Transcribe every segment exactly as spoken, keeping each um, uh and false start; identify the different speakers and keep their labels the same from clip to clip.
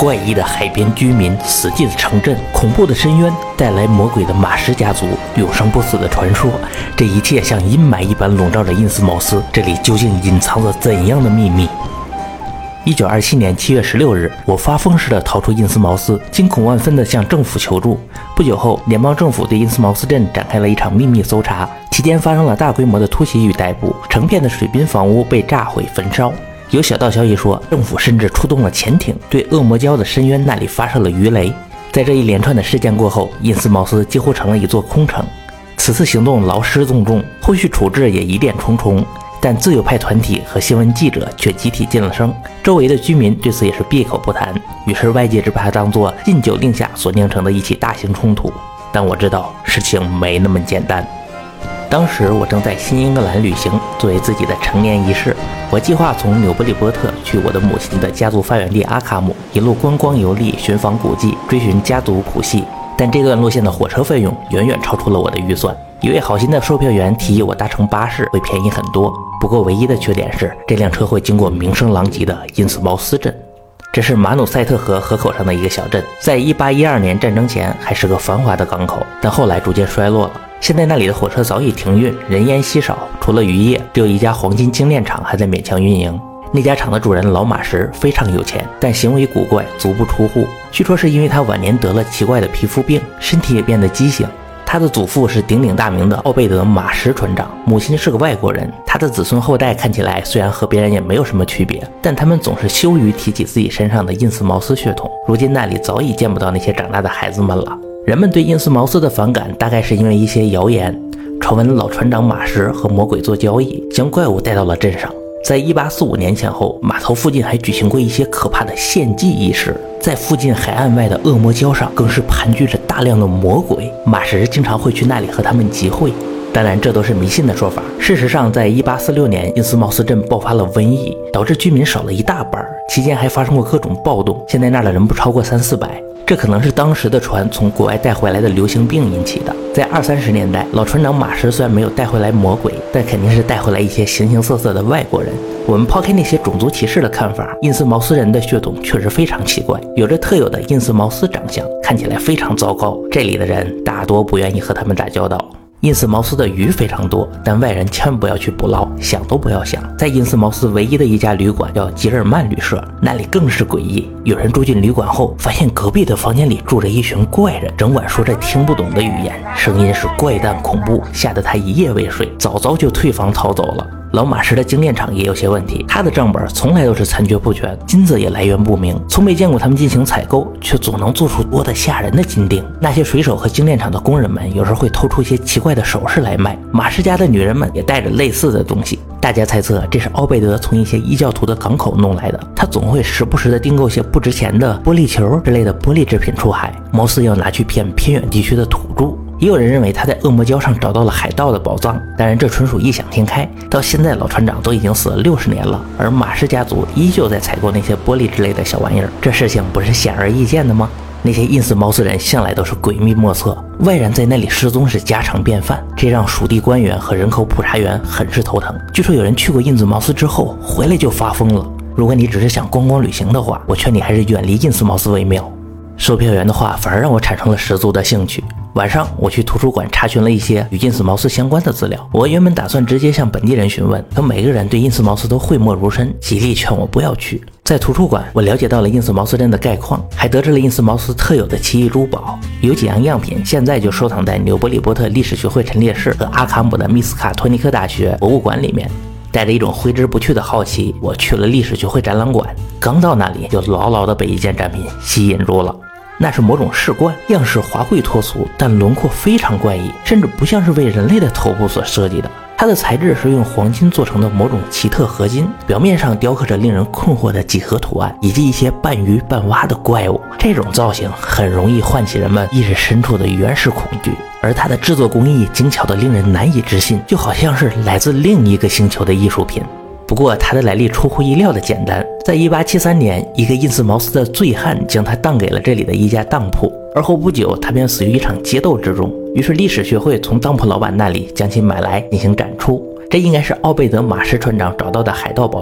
Speaker 1: 怪异的海边居民、死寂的城镇、恐怖的深渊，带来魔鬼的马什家族、永生不死的传说，这一切像阴霾一般笼罩着因斯茅斯，这里究竟隐藏着怎样的秘密？一九二七年七月十六日，我发疯似的逃出因斯茅斯，惊恐万分地向政府求助。不久后，联邦政府对因斯茅斯镇展开了一场秘密搜查，期间发生了大规模的突袭与逮捕，成片的水滨房屋被炸毁焚烧。有小道消息说，政府甚至出动了潜艇，对恶魔礁的深渊那里发射了鱼雷。在这一连串的事件过后，因斯茅斯几乎成了一座空城。此次行动劳师动众，后续处置也疑点重重，但自由派团体和新闻记者却集体噤了声，周围的居民对此也是闭口不谈。于是外界只把它当作禁酒令下所酿成的一起大型冲突。但我知道事情没那么简单。当时我正在新英格兰旅行，作为自己的成年仪式，我计划从纽伯里波特去我的母亲的家族发源地阿卡姆，一路观光游历、寻访古迹、追寻家族谱系。但这段路线的火车费用远远超出了我的预算。一位好心的售票员提议我搭乘巴士会便宜很多，不过唯一的缺点是这辆车会经过名声狼藉的因斯茅斯镇。这是马努塞特河河口上的一个小镇，在一八一二年战争前还是个繁华的港口，但后来逐渐衰落了。现在那里的火车早已停运，人烟稀少，除了渔业，只有一家黄金精炼厂还在勉强运营。那家厂的主人老马什非常有钱，但行为古怪，足不出户。据说是因为他晚年得了奇怪的皮肤病，身体也变得畸形。他的祖父是鼎鼎大名的奥贝德·马什船长，母亲是个外国人。他的子孙后代看起来虽然和别人也没有什么区别，但他们总是羞于提起自己身上的因斯茅斯血统。如今那里早已见不到那些长大的孩子们了。人们对因斯茅斯的反感大概是因为一些谣言，传闻老船长马什和魔鬼做交易，将怪物带到了镇上。在一八四五年前后，码头附近还举行过一些可怕的献祭仪式，在附近海岸外的恶魔礁上更是盘踞着大量的魔鬼，马什经常会去那里和他们集会。当然这都是迷信的说法。事实上，在一八四六年，因斯茅斯镇爆发了瘟疫，导致居民少了一大半，期间还发生过各种暴动，现在那儿的人不超过三四百。这可能是当时的船从国外带回来的流行病引起的。在二三十年代，老船长马什虽然没有带回来魔鬼，但肯定是带回来一些形形色色的外国人。我们抛开那些种族歧视的看法，因斯茅斯人的血统确实非常奇怪，有着特有的因斯茅斯长相，看起来非常糟糕。这里的人大多不愿意和他们打交道。因斯茅斯的鱼非常多，但外人千万不要去捕捞，想都不要想。在因斯茅斯唯一的一家旅馆叫吉尔曼旅社，那里更是诡异。有人住进旅馆后，发现隔壁的房间里住着一群怪人，整晚说着听不懂的语言，声音是怪诞恐怖，吓得他一夜未睡，早早就退房逃走了。老马什的精炼厂也有些问题，他的账本从来都是残缺不全，金子也来源不明，从没见过他们进行采购，却总能做出多得吓人的金锭。那些水手和精炼厂的工人们有时会偷出一些奇怪的首饰来卖，马什家的女人们也带着类似的东西。大家猜测这是奥贝德从一些异教徒的港口弄来的，他总会时不时的订购些不值钱的玻璃球之类的玻璃制品出海，貌似要拿去骗偏远地区的土著。也有人认为他在恶魔礁上找到了海盗的宝藏，当然这纯属异想天开。到现在老船长都已经死了六十年了，而马氏家族依旧在采购那些玻璃之类的小玩意儿，这事情不是显而易见的吗？那些因斯茅斯人向来都是诡秘莫测，外人在那里失踪是家常便饭，这让属地官员和人口普查员很是头疼。据说有人去过因斯茅斯之后回来就发疯了。如果你只是想观光旅行的话，我劝你还是远离因斯茅斯为妙。售票员的话反而让我产生了十足的兴趣。晚上我去图书馆查询了一些与因斯茅斯相关的资料，我原本打算直接向本地人询问，可每个人对因斯茅斯都讳莫如深，极力劝我不要去。在图书馆我了解到了因斯茅斯镇的概况，还得知了因斯茅斯特有的奇异珠宝，有几样样品现在就收藏在纽伯里波特历史学会陈列室和阿卡姆的密斯卡托尼克大学博物馆里面。带着一种挥之不去的好奇，我去了历史学会展览馆，刚到那里就牢牢地被一件展品吸引住了。那是某种饰冠，样式华贵脱俗，但轮廓非常怪异，甚至不像是为人类的头部所设计的。它的材质是用黄金做成的某种奇特合金，表面上雕刻着令人困惑的几何图案，以及一些半鱼半蛙的怪物。这种造型很容易唤起人们意识深处的原始恐惧，而它的制作工艺精巧的令人难以置信，就好像是来自另一个星球的艺术品。不过它的来历出乎意料的简单，在一八七三年，一个因斯茅斯的醉汉将它当给了这里的一家当铺，而后不久他便死于一场街斗之中。于是历史学会从当铺老板那里将其买来进行展出，这应该是奥贝德马什船长找到的海盗宝藏。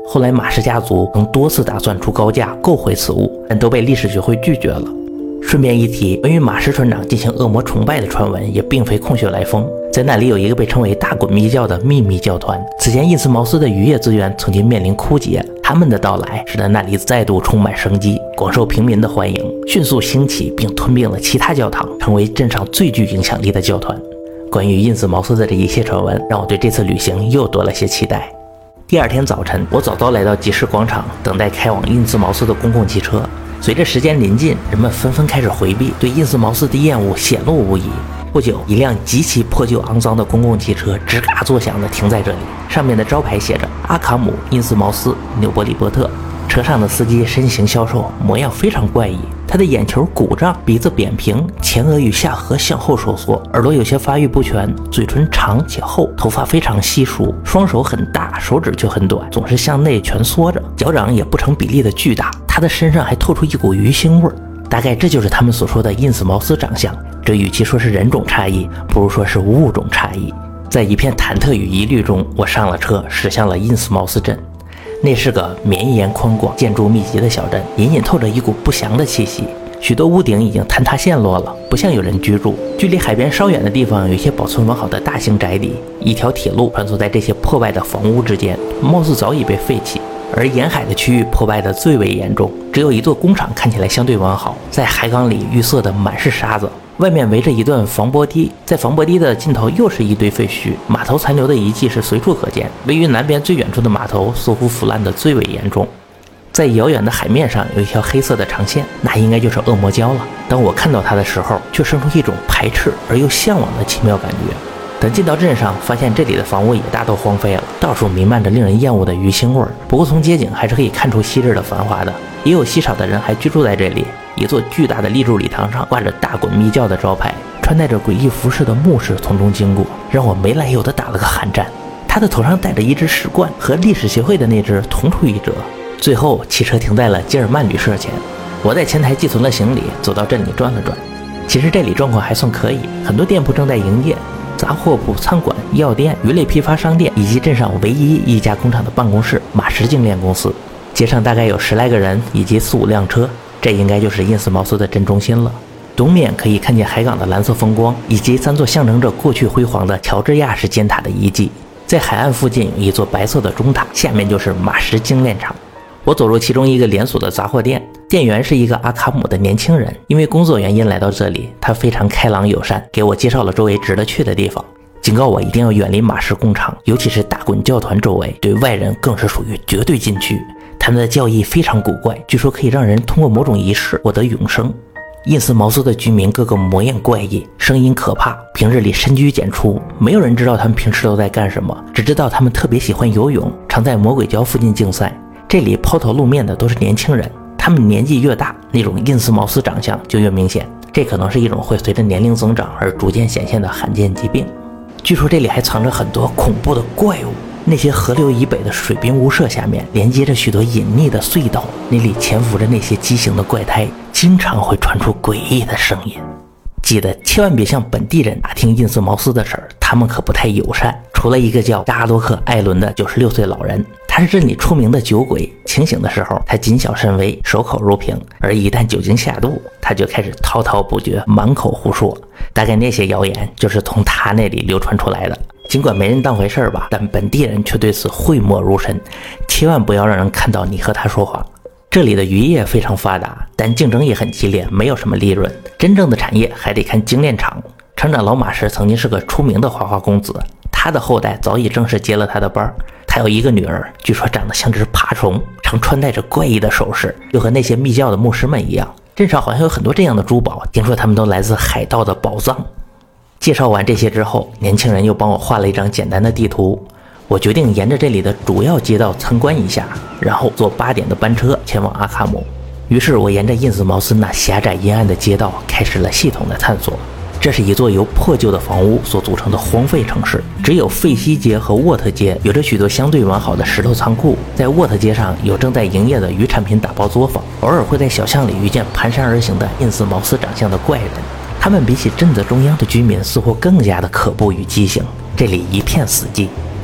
Speaker 1: 后来马氏家族曾多次打算出高价购回此物，但都被历史学会拒绝了。顺便一提，关于马氏船长进行恶魔崇拜的传闻也并非空穴来风，在那里有一个被称为大滚密教的秘密教团。此前印斯茅斯的渔业资源曾经面临枯竭，他们的到来使得那里再度充满生机，广受平民的欢迎，迅速兴起并吞并了其他教堂，成为镇上最具影响力的教团。关于印斯茅斯的这一切传闻，让我对这次旅行又多了些期待。第二天早晨，我早早来到集市广场，等待开往印斯茅斯的公共汽车。随着时间临近，人们纷纷开始回避，对印斯茅斯的厌恶显露无遗。不久，一辆极其破旧肮脏的公共汽车吱嘎作响地停在这里，上面的招牌写着阿卡姆、印斯茅斯、纽伯里波特。车上的司机身形消瘦，模样非常怪异，他的眼球鼓胀，鼻子扁平，前额与下颌向后收缩，耳朵有些发育不全，嘴唇长且厚，头发非常稀疏，双手很大，手指却很短，总是向内蜷缩着，脚掌也不成比例的巨大，他的身上还透出一股鱼腥味儿。大概这就是他们所说的印斯茅斯长相，这与其说是人种差异，不如说是物种差异。在一片忐忑与疑虑中，我上了车，驶向了印斯茅斯镇。那是个绵延宽广、建筑密集的小镇，隐隐透着一股不祥的气息。许多屋顶已经坍塌陷落了，不像有人居住。距离海边稍远的地方有一些保存完好的大型宅邸，一条铁路穿梭在这些破败的房屋之间，貌似早已被废弃。而沿海的区域破败的最为严重，只有一座工厂看起来相对完好，在海港里淤塞的满是沙子，外面围着一段防波堤，在防波堤的尽头又是一堆废墟，码头残留的遗迹是随处可见。位于南边最远处的码头似乎腐烂的最为严重，在遥远的海面上有一条黑色的长线，那应该就是恶魔礁了。当我看到它的时候，却生出一种排斥而又向往的奇妙感觉。等进到镇上，发现这里的房屋也大都荒废了，到处弥漫着令人厌恶的鱼腥味儿。不过从街景还是可以看出昔日的繁华的，也有稀少的人还居住在这里。一座巨大的立柱礼堂上挂着大滚密教的招牌，穿戴着诡异服饰的牧师从中经过，让我没来由的打了个寒战。他的头上戴着一只石冠，和历史协会的那只同出一辙。最后汽车停在了吉尔曼旅社前，我在前台寄存了行李，走到镇里转了转。其实这里状况还算可以，很多店铺正在营业，杂货铺、餐馆、药店、鱼类批发商店，以及镇上唯一一家工厂的办公室——马石精炼公司。街上大概有十来个人，以及四五辆车，这应该就是印斯茅斯的镇中心了。东面可以看见海港的蓝色风光，以及三座象征着过去辉煌的乔治亚式尖塔的遗迹。在海岸附近有一座白色的钟塔，下面就是马石精炼厂。我走入其中一个连锁的杂货店，店员是一个阿卡姆的年轻人，因为工作原因来到这里，他非常开朗友善，给我介绍了周围值得去的地方，警告我一定要远离马石工厂，尤其是大滚教团周围，对外人更是属于绝对禁区。他们的教义非常古怪，据说可以让人通过某种仪式获得永生。印斯茅斯的居民个个模样怪异，声音可怕，平日里深居简出，没有人知道他们平时都在干什么，只知道他们特别喜欢游泳，常在魔鬼礁附近竞赛。这里抛头露面的都是年轻人，他们年纪越大，那种印斯茅斯长相就越明显，这可能是一种会随着年龄增长而逐渐显现的罕见疾病。据说这里还藏着很多恐怖的怪物，那些河流以北的水滨屋舍下面连接着许多隐匿的隧道，那里潜伏着那些畸形的怪胎，经常会传出诡异的声音。记得千万别向本地人打听印斯茅斯的事儿，他们可不太友善。除了一个叫扎多克·艾伦的九十六岁老人，他是镇里出名的酒鬼，清醒的时候他谨小慎微，守口如瓶，而一旦酒精下肚，他就开始滔滔不绝，满口胡说。大概那些谣言就是从他那里流传出来的。尽管没人当回事吧，但本地人却对此讳莫如深，千万不要让人看到你和他说话。这里的渔业非常发达，但竞争也很激烈，没有什么利润。真正的产业还得看精炼厂。厂长老马氏曾经是个出名的花花公子，他的后代早已正式接了他的班。他有一个女儿，据说长得像只爬虫，常穿戴着怪异的首饰，就和那些密教的牧师们一样。镇上好像有很多这样的珠宝，听说他们都来自海盗的宝藏。介绍完这些之后，年轻人又帮我画了一张简单的地图。我决定沿着这里的主要街道参观一下，然后坐八点的班车前往阿卡姆。于是我沿着印斯茅斯那狭窄阴暗的街道开始了系统的探索。这是一座由破旧的房屋所组成的荒废城市，只有费西街和沃特街有着许多相对完好的石头仓库。在沃特街上有正在营业的鱼产品打包作坊，偶尔会在小巷里遇见蹒跚而行的印斯茅斯长相的怪人，他们比起镇子中央的居民似乎更加的可怖与畸形。这里一片死寂，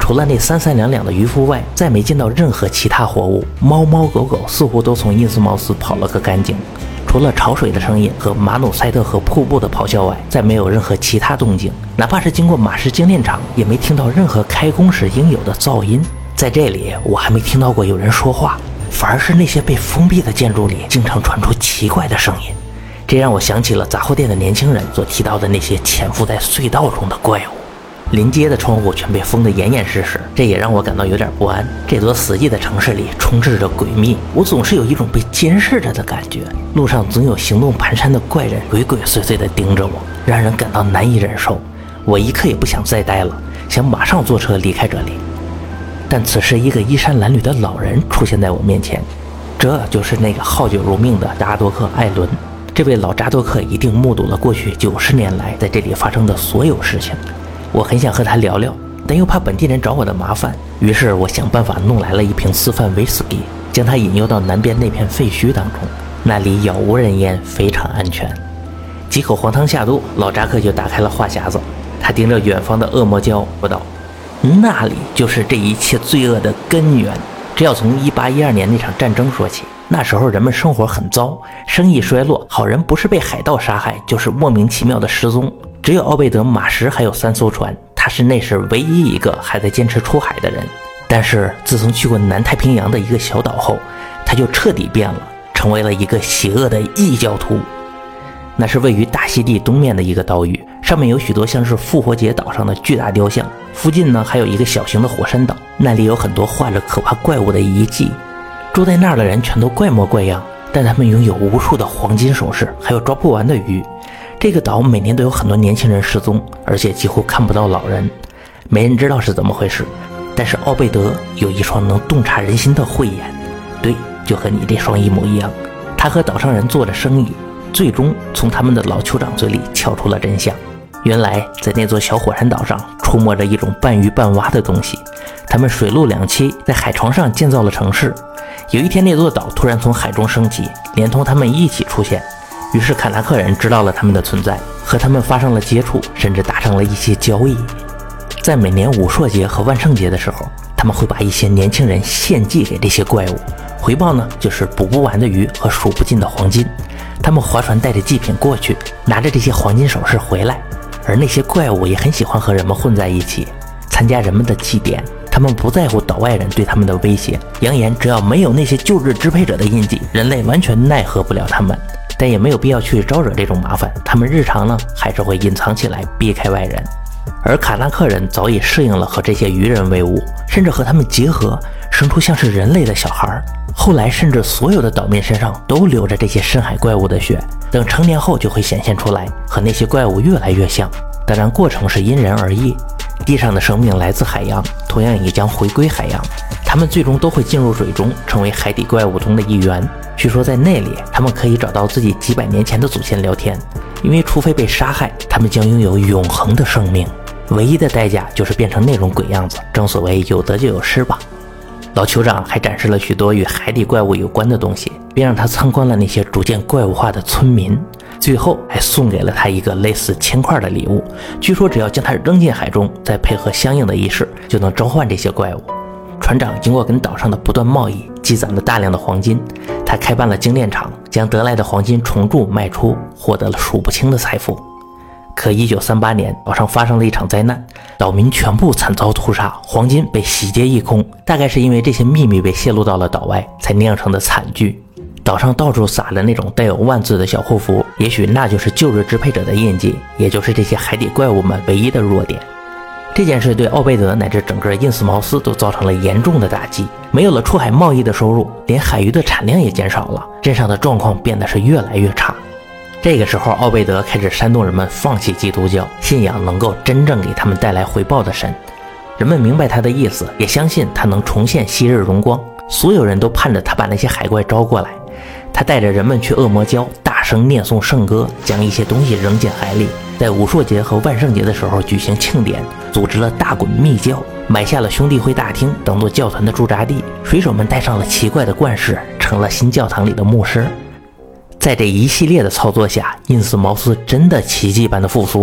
Speaker 1: 除了那三三两两的渔夫外，再没见到任何其他活物，猫猫狗狗似乎都从因斯茅斯跑了个干净。除了潮水的声音和马努塞特河瀑布的咆哮外，再没有任何其他动静。哪怕是经过马什精炼厂，也没听到任何开工时应有的噪音。在这里，我还没听到过有人说话，反而是那些被封闭的建筑里经常传出奇怪的声音。这让我想起了杂货店的年轻人所提到的那些潜伏在隧道中的怪物。临街的窗户全被封得严严实实，这也让我感到有点不安。这座死寂的城市里充斥着诡秘，我总是有一种被监视着的感觉。路上总有行动蹒跚的怪人鬼鬼祟祟地盯着我，让人感到难以忍受。我一刻也不想再待了，想马上坐车离开这里。但此时一个衣衫褴褛的老人出现在我面前，这就是那个好酒如命的扎多克·艾伦。这位老扎多克一定目睹了过去九十年来在这里发生的所有事情。我很想和他聊聊，但又怕本地人找我的麻烦，于是我想办法弄来了一瓶四范威士忌，将它引诱到南边那片废墟当中，那里杳无人烟，非常安全。几口黄汤下肚，老扎克就打开了话匣子，他盯着远方的恶魔礁说道：“那里就是这一切罪恶的根源。这要从一八一二年那场战争说起，那时候人们生活很糟，生意衰落，好人不是被海盗杀害，就是莫名其妙的失踪。只有奥贝德·马什还有三艘船，他是那时唯一一个还在坚持出海的人。但是自从去过南太平洋的一个小岛后，他就彻底变了，成为了一个邪恶的异教徒。那是位于大溪地东面的一个岛屿，上面有许多像是复活节岛上的巨大雕像，附近呢还有一个小型的火山岛，那里有很多画着可怕怪物的遗迹。住在那儿的人全都怪模怪样，但他们拥有无数的黄金首饰，还有抓不完的鱼。这个岛每年都有很多年轻人失踪，而且几乎看不到老人，没人知道是怎么回事。但是奥贝德有一双能洞察人心的慧眼，对，就和你这双一模一样。他和岛上人做着生意，最终从他们的老酋长嘴里撬出了真相。原来在那座小火山岛上出没着一种半鱼半蛙的东西，他们水陆两栖，在海床上建造了城市。有一天那座岛突然从海中升起，连同他们一起出现，于是卡纳克人知道了他们的存在，和他们发生了接触，甚至达成了一些交易。在每年武朔节和万圣节的时候，他们会把一些年轻人献祭给这些怪物，回报呢就是捕不完的鱼和数不尽的黄金。他们划船带着祭品过去，拿着这些黄金首饰回来，而那些怪物也很喜欢和人们混在一起，参加人们的祭典。他们不在乎岛外人对他们的威胁，扬言只要没有那些旧日支配者的印记，人类完全奈何不了他们。但也没有必要去招惹这种麻烦，他们日常呢还是会隐藏起来，避开外人。而卡纳克人早已适应了和这些鱼人为伍，甚至和他们结合，生出像是人类的小孩。后来甚至所有的岛民身上都流着这些深海怪物的血，等成年后就会显现出来，和那些怪物越来越像。当然过程是因人而异，地上的生命来自海洋，同样也将回归海洋，他们最终都会进入水中，成为海底怪物中的一员。据说在那里他们可以找到自己几百年前的祖先聊天，因为除非被杀害，他们将拥有永恒的生命，唯一的代价就是变成那种鬼样子。正所谓有得就有失吧。老酋长还展示了许多与海底怪物有关的东西，并让他参观了那些逐渐怪物化的村民，最后还送给了他一个类似铅块的礼物，据说只要将它扔进海中，再配合相应的仪式，就能召唤这些怪物。船长经过跟岛上的不断贸易，积攒了大量的黄金，他开办了精炼厂，将得来的黄金重铸卖出，获得了数不清的财富。可一九三八年，岛上发生了一场灾难，岛民全部惨遭屠杀，黄金被洗劫一空。大概是因为这些秘密被泄露到了岛外，才酿成的惨剧。岛上到处撒着那种带有万字的小护符，也许那就是旧日支配者的印记，也就是这些海底怪物们唯一的弱点。这件事对奥贝德乃至整个因斯茅斯都造成了严重的打击，没有了出海贸易的收入，连海鱼的产量也减少了，镇上的状况变得是越来越差。这个时候，奥贝德开始煽动人们放弃基督教，信仰能够真正给他们带来回报的神。人们明白他的意思，也相信他能重现昔日荣光，所有人都盼着他把那些海怪招过来。他带着人们去恶魔礁，大声念诵圣歌，将一些东西扔进海里，在武朔节和万圣节的时候举行庆典，组织了大滚密教，买下了兄弟会大厅，当作教团的驻扎地。水手们戴上了奇怪的冠饰，成了新教堂里的牧师。在这一系列的操作下，因斯茅斯真的奇迹般的复苏了。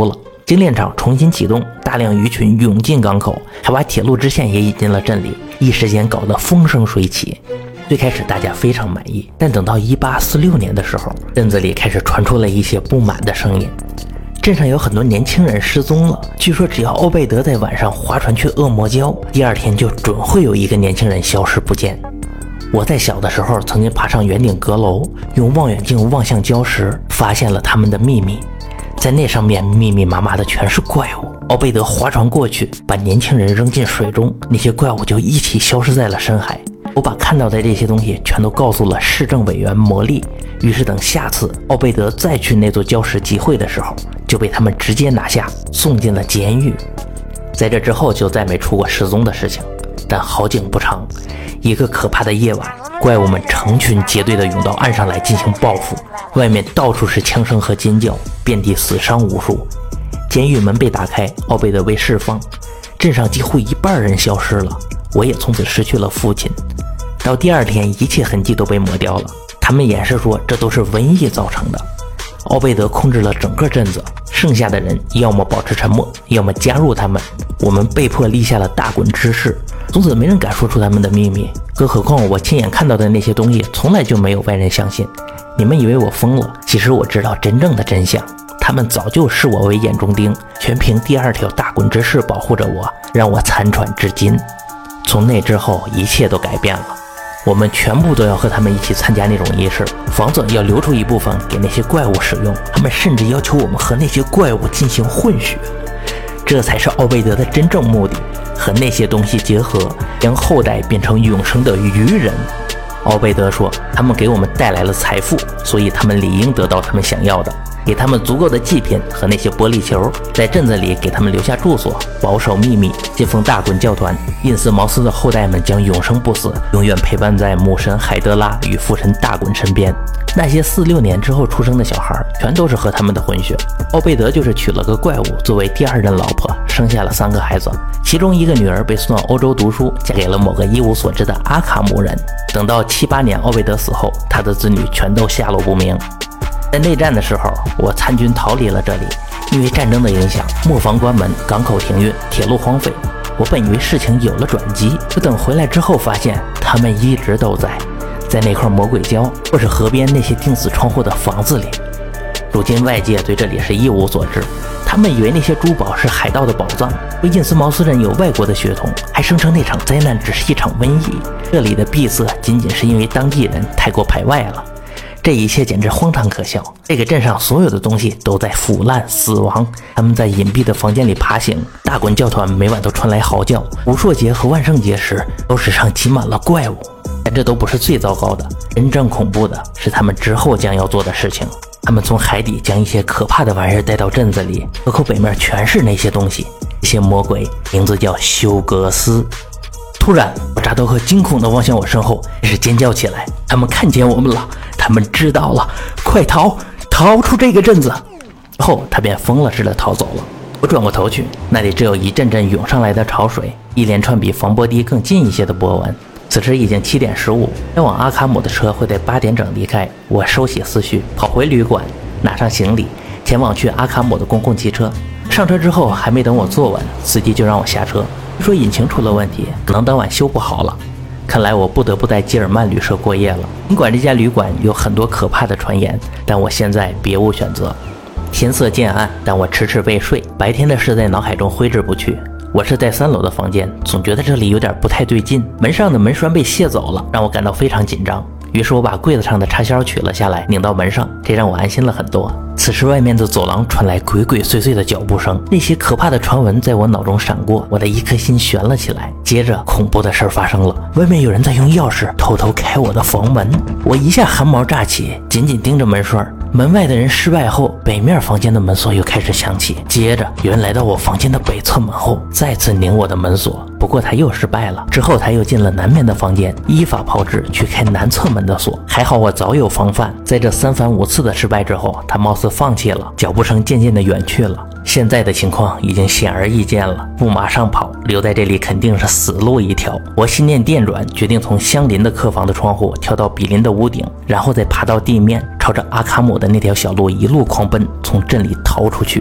Speaker 1: 精炼厂重新启动，大量鱼群涌进港口，还把铁路支线也引进了镇里，一时间搞得风生水起。最开始大家非常满意，但等到一八四六年的时候，镇子里开始传出了一些不满的声音。镇上有很多年轻人失踪了，据说只要欧贝德在晚上划船去恶魔礁，第二天就准会有一个年轻人消失不见。我在小的时候曾经爬上圆顶阁楼，用望远镜望向礁石，发现了他们的秘密。在那上面密密麻麻的全是怪物。欧贝德划船过去，把年轻人扔进水中，那些怪物就一起消失在了深海。我把看到的这些东西全都告诉了市政委员魔力，于是等下次欧贝德再去那座礁石集会的时候，就被他们直接拿下，送进了监狱。在这之后就再没出过失踪的事情。但好景不长，一个可怕的夜晚，怪物们成群结队地涌到岸上来进行报复，外面到处是枪声和尖叫，遍地死伤无数。监狱门被打开，奥贝德被释放，镇上几乎一半人消失了，我也从此失去了父亲。到第二天，一切痕迹都被抹掉了，他们掩饰说这都是瘟疫造成的。奥贝德控制了整个镇子，剩下的人要么保持沉默，要么加入他们。我们被迫立下了大滚之誓，从此没人敢说出他们的秘密，更何况我亲眼看到的那些东西从来就没有外人相信。你们以为我疯了，其实我知道真正的真相，他们早就视我为眼中钉，全凭第二条大滚之誓保护着我，让我残喘至今。从那之后一切都改变了，我们全部都要和他们一起参加那种仪式，房子要留出一部分给那些怪物使用，他们甚至要求我们和那些怪物进行混血，这才是奥贝德的真正目的，和那些东西结合，将后代变成永生的鱼人。奥贝德说，他们给我们带来了财富，所以他们理应得到他们想要的，给他们足够的祭品和那些玻璃球，在镇子里给他们留下住所，保守秘密，信奉大滚教团。印斯茅斯的后代们将永生不死，永远陪伴在母神海德拉与父神大滚身边。那些四六年之后出生的小孩全都是和他们的混血。奥贝德就是娶了个怪物作为第二任老婆，生下了三个孩子，其中一个女儿被送到欧洲读书，嫁给了某个一无所知的阿卡姆人。等到七八年奥贝德死后，他的子女全都下落不明。在内战的时候，我参军逃离了这里，因为战争的影响，磨坊关门，港口停运，铁路荒废。我本以为事情有了转机，可等回来之后发现他们一直都在，在那块魔鬼礁或是河边那些钉死窗户的房子里。如今外界对这里是一无所知，他们以为那些珠宝是海盗的宝藏，说印斯茅斯人有外国的血统，还声称那场灾难只是一场瘟疫，这里的闭塞仅仅是因为当地人太过排外了。这一切简直荒唐可笑，这个镇上所有的东西都在腐烂死亡，他们在隐蔽的房间里爬行，大滚教团每晚都传来嚎叫，无数节和万圣节时都时常挤满了怪物。但这都不是最糟糕的，真正恐怖的是他们之后将要做的事情。他们从海底将一些可怕的玩意儿带到镇子里，河口北面全是那些东西，这些魔鬼名字叫休格斯。突然，扎多克惊恐地望向我身后，开始尖叫起来。他们看见我们了，他们知道了，快逃，逃出这个镇子！然后他便疯了似的逃走了。我转过头去，那里只有一阵阵涌上来的潮水，一连串比防波堤更近一些的波纹。此时已经七点十五，开往阿卡姆的车会在八点整离开。我收起思绪，跑回旅馆，拿上行李，前往去阿卡姆的公共汽车。上车之后，还没等我坐稳，司机就让我下车，说引擎出了问题，可能当晚修不好了。看来我不得不在基尔曼旅社过夜了。尽管这家旅馆有很多可怕的传言，但我现在别无选择。天色渐暗，但我迟迟未睡，白天的事在脑海中挥之不去。我是在三楼的房间，总觉得这里有点不太对劲，门上的门栓被卸走了，让我感到非常紧张。于是我把柜子上的插销取了下来，拧到门上，这让我安心了很多。此时外面的走廊传来鬼鬼祟祟的脚步声，那些可怕的传闻在我脑中闪过，我的一颗心悬了起来。接着恐怖的事发生了，外面有人在用钥匙偷偷开我的房门，我一下汗毛炸起，紧紧盯着门栓。门外的人失败后，北面房间的门锁又开始响起，接着有人来到我房间的北侧门后，再次拧我的门锁，不过他又失败了。之后他又进了南面的房间，依法炮制去开南侧门的锁，还好我早有防范。在这三番五次的失败之后，他貌似放弃了，脚步声渐渐的远去了。现在的情况已经显而易见了，不马上跑，留在这里肯定是死路一条。我心念电转，决定从相邻的客房的窗户跳到比邻的屋顶，然后再爬到地面，朝着阿卡姆的那条小路一路狂奔，从镇里逃出去。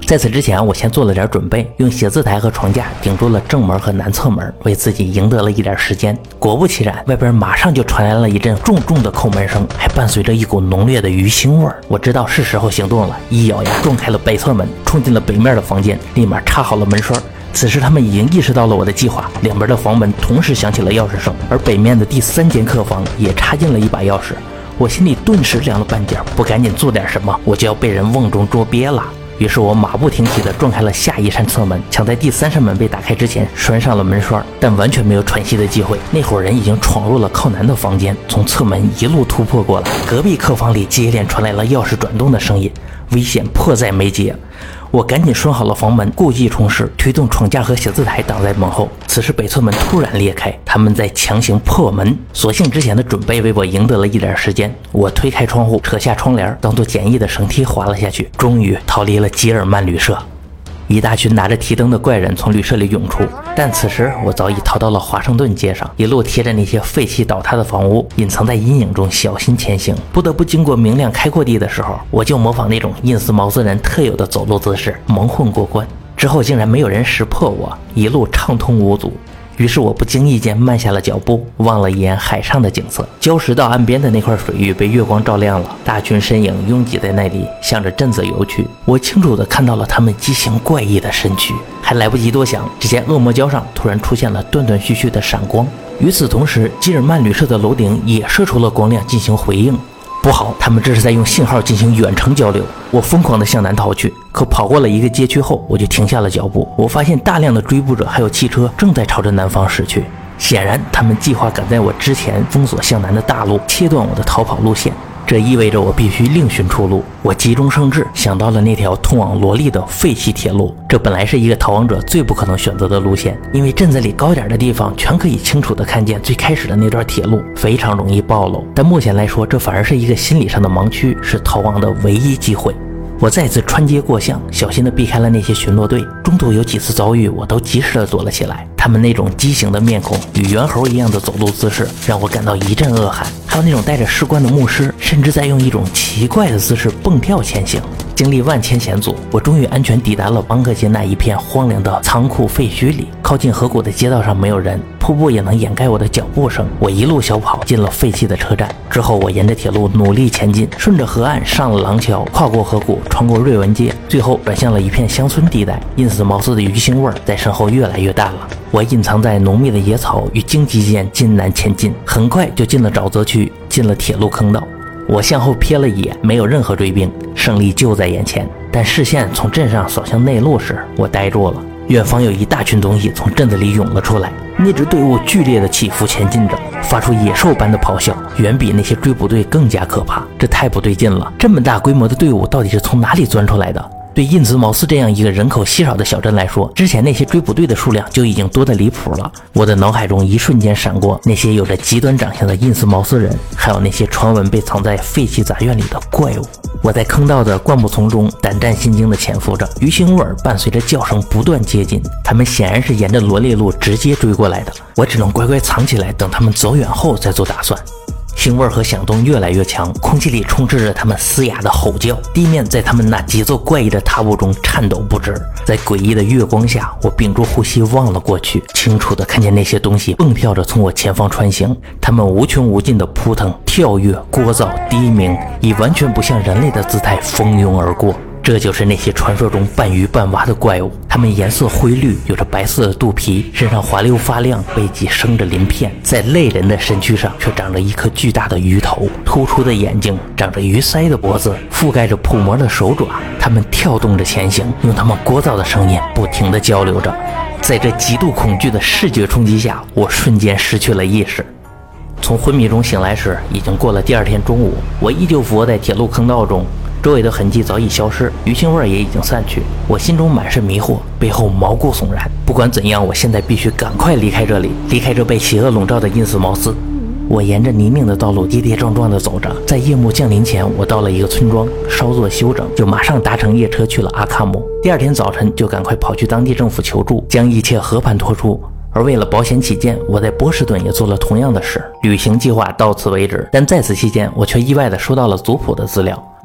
Speaker 1: 在此之前，我先做了点准备，用写字台和床架顶住了正门和南侧门，为自己赢得了一点时间。果不其然，外边马上就传来了一阵重重的叩门声，还伴随着一股浓烈的鱼腥味。我知道是时候行动了，一咬牙撞开了北侧门，冲进了北面的房间，立马插好了门栓。此时他们已经意识到了我的计划，两边的房门同时响起了钥匙声，而北面的第三间客房也插进了一把钥匙。我心里顿时凉了半截，不赶紧做点什么，我就要被人瓮中捉鳖了。于是我马不停蹄地撞开了下一扇侧门，抢在第三扇门被打开之前拴上了门栓，但完全没有喘息的机会。那伙人已经闯入了靠南的房间，从侧门一路突破过来。隔壁客房里接连传来了钥匙转动的声音，危险迫在眉睫。我赶紧拴好了房门，故技重施，推动床架和写字台挡在门后。此时北侧门突然裂开，他们在强行破门。所幸之前的准备为我赢得了一点时间，我推开窗户，扯下窗帘，当做简易的绳梯滑了下去，终于逃离了吉尔曼旅社。一大群拿着提灯的怪人从旅社里涌出，但此时我早已逃到了华盛顿街上，一路贴着那些废弃倒塌的房屋，隐藏在阴影中小心前行。不得不经过明亮开阔地的时候，我就模仿那种印斯茅斯人特有的走路姿势蒙混过关，之后竟然没有人识破我，一路畅通无阻。于是我不经意间慢下了脚步，望了一眼海上的景色。礁石到岸边的那块水域被月光照亮了，大群身影拥挤在那里，向着镇子游去。我清楚地看到了他们畸形怪异的身躯，还来不及多想，只见恶魔礁上突然出现了断断续续的闪光。与此同时，基尔曼旅社的楼顶也射出了光亮进行回应。不好，他们这是在用信号进行远程交流。我疯狂地向南逃去，可跑过了一个街区后，我就停下了脚步。我发现大量的追捕者还有汽车正在朝着南方驶去，显然他们计划赶在我之前封锁向南的大路，切断我的逃跑路线。这意味着我必须另寻出路。我急中生智，想到了那条通往罗利的废弃铁路。这本来是一个逃亡者最不可能选择的路线，因为镇子里高点的地方全可以清楚地看见最开始的那段铁路，非常容易暴露。但目前来说，这反而是一个心理上的盲区，是逃亡的唯一机会。我再次穿街过巷，小心地避开了那些巡逻队。中途有几次遭遇，我都及时地躲了起来。他们那种畸形的面孔与猿猴一样的走路姿势，让我感到一阵恶寒。还有那种带着士官的牧师，甚至在用一种奇怪的姿势蹦跳前行。经历万千险阻，我终于安全抵达了邦克街那一片荒凉的仓库废墟里。靠近河谷的街道上没有人，瀑布也能掩盖我的脚步声。我一路小跑进了废弃的车站，之后我沿着铁路努力前进，顺着河岸上了廊桥，跨过河谷，穿过瑞文街，最后转向了一片乡村地带。印斯茅斯的鱼腥味在身后越来越淡了。我隐藏在浓密的野草与荆棘间艰难前进，很快就进了沼泽区，进了铁路坑道。我向后瞥了一眼，没有任何追兵，胜利就在眼前。但视线从镇上扫向内陆时，我呆住了。远方有一大群东西从镇子里涌了出来，那支队伍剧烈的起伏前进着，发出野兽般的咆哮，远比那些追捕队更加可怕。这太不对劲了，这么大规模的队伍到底是从哪里钻出来的？对印兹茅斯这样一个人口稀少的小镇来说，之前那些追捕队的数量就已经多得离谱了。我的脑海中一瞬间闪过那些有着极端长相的印斯茅斯人，还有那些传闻被藏在废弃杂院里的怪物。我在坑道的灌木丛中胆战心惊地潜伏着，鱼腥味伴随着叫声不断接近，他们显然是沿着罗列路直接追过来的。我只能乖乖藏起来，等他们走远后再做打算。腥味和响动越来越强，空气里充斥着他们嘶哑的吼叫，地面在他们那节奏怪异的踏步中颤抖不止。在诡异的月光下，我屏住呼吸望了过去，清楚地看见那些东西蹦跳着从我前方穿行，他们无穷无尽的扑腾、跳跃、聒噪、低鸣，以完全不像人类的姿态蜂拥而过。这就是那些传说中半鱼半蛙的怪物，它们颜色灰绿，有着白色的肚皮，身上滑溜发亮，背脊生着鳞片，在类人的身躯上却长着一颗巨大的鱼头，突出的眼睛，长着鱼鳃的脖子，覆盖着蹼膜的手爪。它们跳动着前行，用它们聒噪的声音不停地交流着。在这极度恐惧的视觉冲击下，我瞬间失去了意识。从昏迷中醒来时，已经过了第二天中午，我依旧伏卧在铁路坑道中，周围的痕迹早已消失，鱼腥味也已经散去。我心中满是迷惑，背后毛骨悚然。不管怎样，我现在必须赶快离开这里，离开这被邪恶笼罩的印斯茅斯。我沿着泥泞的道路跌跌撞撞地走着，在夜幕降临前，我到了一个村庄，稍作休整，就马上搭乘夜车去了阿卡姆。第二天早晨就赶快跑去当地政府求助，将一切和盘托出。而为了保险起见，我在波士顿也做了同样的事。旅行计划到此为止，但在此期间，我却意外地收到了族谱的资料。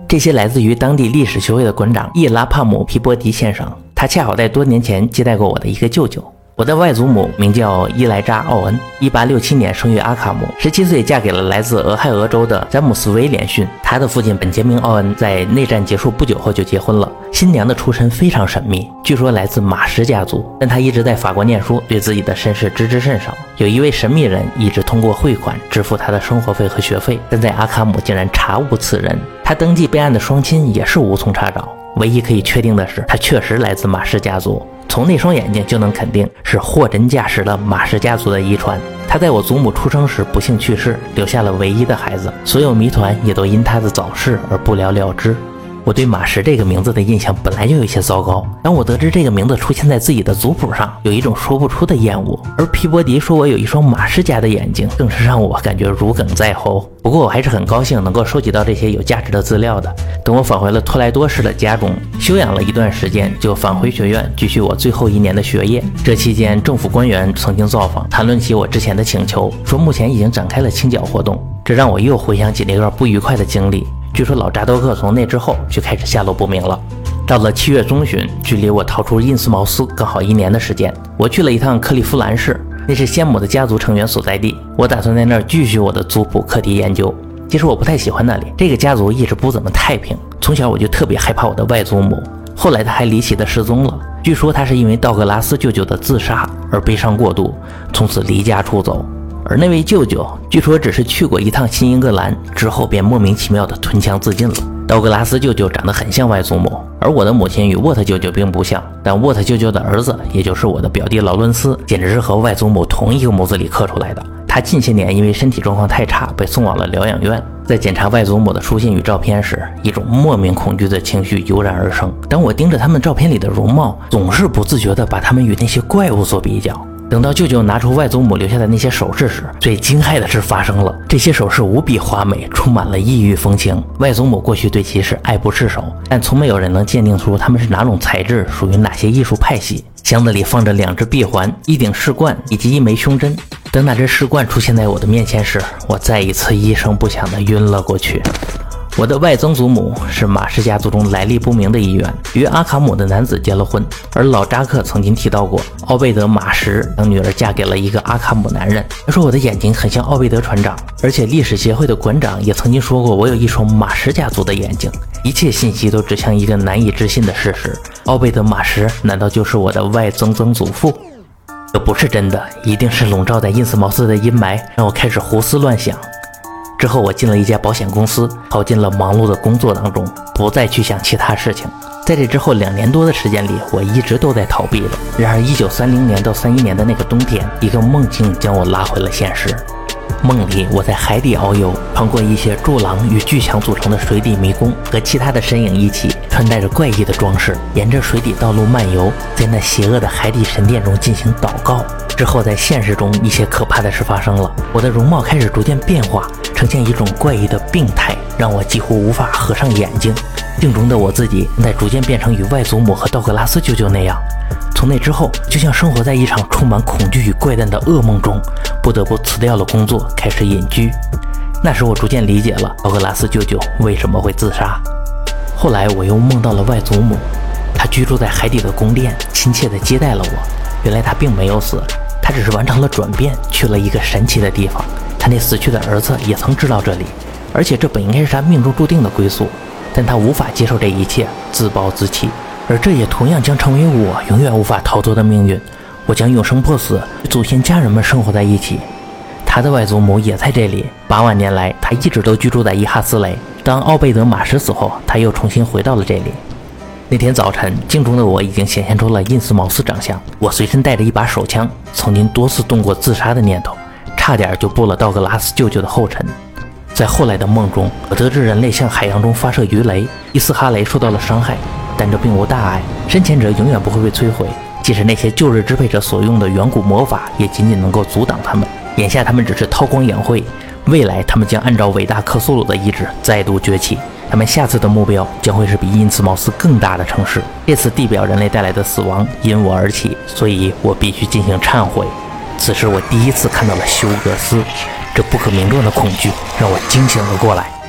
Speaker 1: 这些来自于当地历史学会的馆长叶拉帕姆皮波迪先生，他恰好在多年前接待过我的一个舅舅。我的外祖母名叫伊莱扎·奥恩，一八六七年生于阿卡姆，十七岁嫁给了来自俄亥俄州的詹姆斯·威廉逊。他的父亲本杰明·奥恩在内战结束不久后就结婚了，新娘的出身非常神秘，据说来自马什家族，但他一直在法国念书，对自己的身世知之甚少。有一位神秘人一直通过汇款支付他的生活费和学费，但在阿卡姆竟然查无此人。他登记备案的双亲也是无从查找，唯一可以确定的是，他确实来自马什家族。从那双眼睛就能肯定是货真价实的马什家族的遗传。他在我祖母出生时不幸去世，留下了唯一的孩子，所有谜团也都因他的早逝而不了了之。我对马什这个名字的印象本来就有些糟糕，当我得知这个名字出现在自己的族谱上，有一种说不出的厌恶。而皮波迪说我有一双马什家的眼睛，更是让我感觉如鲠在喉。不过我还是很高兴能够收集到这些有价值的资料的。等我返回了托莱多市的家中，休养了一段时间，就返回学院继续我最后一年的学业。这期间，政府官员曾经造访，谈论起我之前的请求，说目前已经展开了清剿活动。这让我又回想起那段不愉快的经历。据说老扎多克从那之后就开始下落不明了。到了七月中旬，距离我逃出因斯茅斯刚好一年的时间，我去了一趟克利夫兰市，那是先母的家族成员所在地。我打算在那儿继续我的族谱课题研究。其实我不太喜欢那里，这个家族一直不怎么太平。从小我就特别害怕我的外祖母，后来他还离奇的失踪了。据说他是因为道格拉斯舅舅的自杀而悲伤过度，从此离家出走。而那位舅舅据说只是去过一趟新英格兰之后便莫名其妙的吞枪自尽了。道格拉斯舅舅长得很像外祖母，而我的母亲与沃特舅舅并不像，但沃特舅舅的儿子，也就是我的表弟劳伦斯，简直是和外祖母同一个模子里刻出来的。他近些年因为身体状况太差被送往了疗养院。在检查外祖母的书信与照片时，一种莫名恐惧的情绪油然而生。当我盯着他们照片里的容貌，总是不自觉地把他们与那些怪物所比较。等到舅舅拿出外祖母留下的那些首饰时，最惊骇的事发生了。这些首饰无比华美，充满了异域风情。外祖母过去对其是爱不释手，但从没有人能鉴定出它们是哪种材质，属于哪些艺术派系。箱子里放着两只臂环、一顶饰冠以及一枚胸针。等那只饰冠出现在我的面前时，我再一次一声不响地晕了过去。我的外曾祖母是马氏家族中来历不明的一员，与阿卡姆的男子结了婚。而老扎克曾经提到过，奥贝德马什将女儿嫁给了一个阿卡姆男人。他说我的眼睛很像奥贝德船长，而且历史协会的馆长也曾经说过我有一双马什家族的眼睛。一切信息都指向一个难以置信的事实：奥贝德马什难道就是我的外曾曾祖父？这不是真的，一定是笼罩在因斯茅斯的阴霾，让我开始胡思乱想。之后我进了一家保险公司，逃进了忙碌的工作当中，不再去想其他事情。在这之后两年多的时间里，我一直都在逃避了。然而一九三零年到三一年的那个冬天，一个梦境将我拉回了现实。梦里我在海底遨游，穿过一些柱廊与巨墙组成的水底迷宫，和其他的身影一起穿戴着怪异的装饰，沿着水底道路漫游，在那邪恶的海底神殿中进行祷告。之后在现实中一些可怕的事发生了，我的容貌开始逐渐变化，呈现一种怪异的病态，让我几乎无法合上眼睛。镜中的我自己在逐渐变成与外祖母和道格拉斯舅舅那样。从那之后，就像生活在一场充满恐惧与怪诞的噩梦中，不得不辞掉了工作，开始隐居。那时我逐渐理解了道格拉斯舅舅为什么会自杀。后来我又梦到了外祖母，她居住在海底的宫殿，亲切地接待了我。原来她并没有死，她只是完成了转变，去了一个神奇的地方。她那死去的儿子也曾知道这里，而且这本应该是她命中注定的归宿，但她无法接受这一切，自暴自弃。而这也同样将成为我永远无法逃脱的命运。我将永生不死，祖先家人们生活在一起。他的外祖母也在这里，八万年来他一直都居住在伊哈斯雷。当奥贝德马什死后，他又重新回到了这里。那天早晨，镜中的我已经显现出了因斯茅斯长相。我随身带着一把手枪，曾经多次动过自杀的念头，差点就步了道格拉斯舅舅的后尘。在后来的梦中，我得知人类向海洋中发射鱼雷，伊斯哈雷受到了伤害，但这并无大碍，深潜者永远不会被摧毁，即使那些旧日支配者所用的远古魔法也仅仅能够阻挡他们。眼下他们只是韬光养晦，未来他们将按照伟大克苏鲁的意志再度崛起。他们下次的目标将会是比因斯茅斯更大的城市。这次地表人类带来的死亡因我而起，所以我必须进行忏悔。此时我第一次看到了休格斯，这不可名状的恐惧让我惊醒了过来。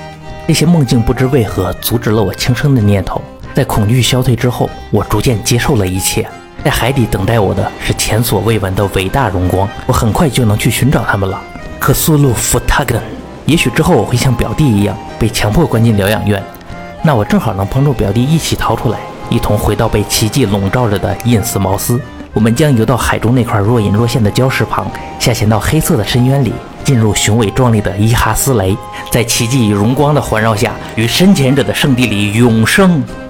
Speaker 1: 这些梦境不知为何阻止了我轻生的念头。在恐惧消退之后，我逐渐接受了一切。在海底等待我的是前所未闻的伟大荣光，我很快就能去寻找他们了。克苏鲁弗塔根，也许之后我会像表弟一样被强迫关进疗养院，那我正好能帮助表弟一起逃出来，一同回到被奇迹笼罩着的印斯茅斯。我们将游到海中那块若隐若现的礁石旁，下潜到黑色的深渊里，进入雄伟壮丽的伊哈斯雷，在奇迹与荣光的环绕下，于深潜者的圣地里永生。